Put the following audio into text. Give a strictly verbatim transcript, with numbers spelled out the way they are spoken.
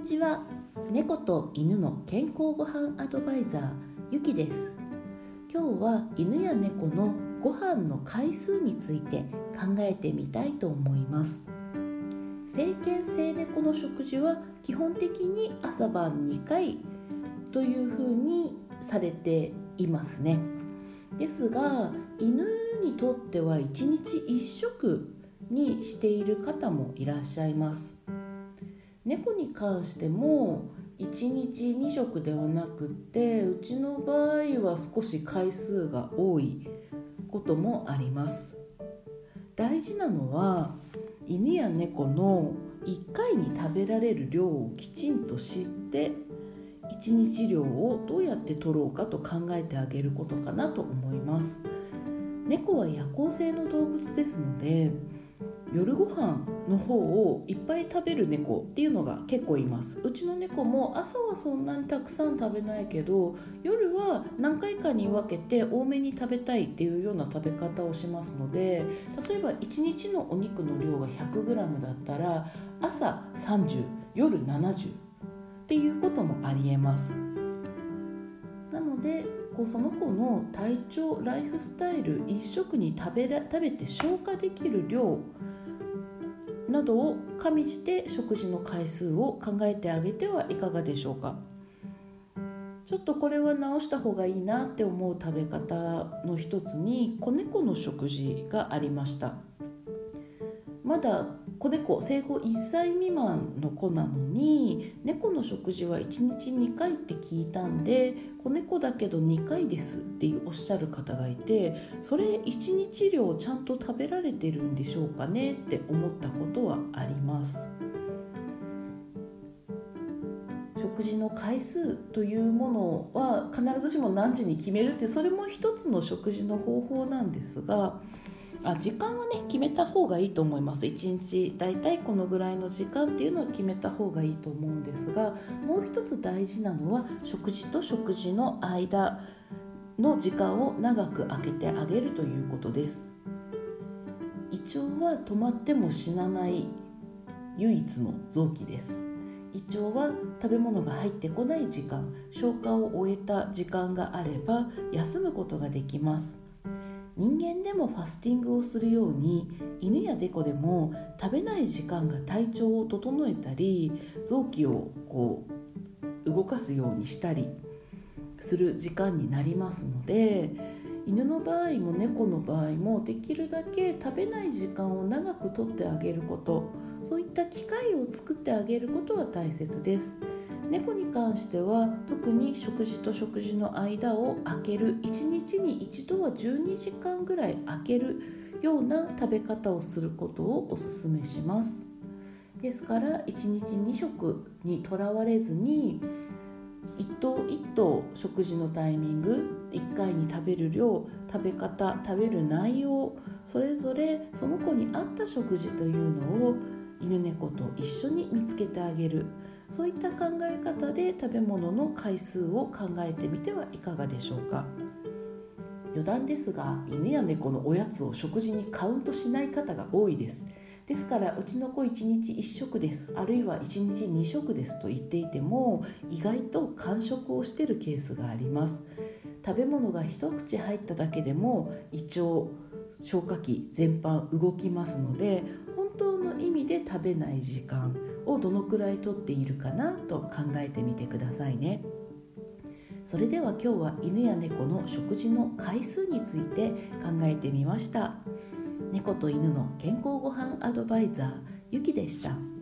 ちは。猫と犬の健康ごはんアドバイザーゆきです。今日は犬や猫のご飯の回数について考えてみたいと思います。成犬成猫の食事は基本的に朝晩にかいというふうにされていますね。ですが犬にとってはいちにちいっしょくにしている方もいらっしゃいます。猫に関してもいちにちにしょくではなくってうちの場合は少し回数が多いこともあります。大事なのは犬や猫のいっかいに食べられる量をきちんと知っていちにち量をどうやって取ろうかと考えてあげることかなと思います。猫は夜行性の動物ですので夜ご飯の方をいっぱい食べる猫っていうのが結構います。うちの猫も朝はそんなにたくさん食べないけど夜は何回かに分けて多めに食べたいっていうような食べ方をしますので、例えばいちにちのお肉の量が ひゃくグラム だったら朝さんじゅう、夜ななじゅうっていうこともありえます。なのでこうその子の体調、ライフスタイル、一食に食べら、食べて消化できる量などを加味して食事の回数を考えてあげてはいかがでしょうか。ちょっとこれは直した方がいいなって思う食べ方の一つに子猫の食事がありました。まだ子猫生後いっさい未満の子なのに猫の食事はいちにちにかいって聞いたんで子猫だけどにかいですっておっしゃる方がいて、それいちにち量ちゃんと食べられてるんでしょうかねって思ったことはあります。食事の回数というものは必ずしも何時に決めるってそれも一つの食事の方法なんですが、あ時間はね決めた方がいいと思います。いちにちだいたいこのぐらいの時間っていうのを決めた方がいいと思うんですが、もう一つ大事なのは食事と食事の間の時間を長く空けてあげるということです。胃腸は止まっても死なない唯一の臓器です。胃腸は食べ物が入ってこない時間、消化を終えた時間があれば休むことができます。人間でもファスティングをするように犬や猫でも食べない時間が体調を整えたり臓器をこう動かすようにしたりする時間になりますので、犬の場合も猫の場合もできるだけ食べない時間を長くとってあげること、そういった機会を作ってあげることは大切です。猫に関しては特に食事と食事の間を空ける、いちにちに一度はじゅうにじかんぐらい空けるような食べ方をすることをお勧めします。ですからいちにちにしょくにとらわれずに一頭一頭食事のタイミング、いっかいに食べる量、食べ方、食べる内容、それぞれその子に合った食事というのを犬猫と一緒に見つけてあげる、そういった考え方で食べ物の回数を考えてみてはいかがでしょうか。余談ですが犬や猫のおやつを食事にカウントしない方が多いです。ですからうちの子いちにちいっしょくです、あるいはいちにちにしょくですと言っていても意外と間食をしているケースがあります。食べ物が一口入っただけでも胃腸、消化器全般動きますので、本当の意味で食べない時間をどのくらいとっているかなと考えてみてくださいね。それでは今日は犬や猫の食事の回数について考えてみました。猫と犬の健康ごはんアドバイザーゆきでした。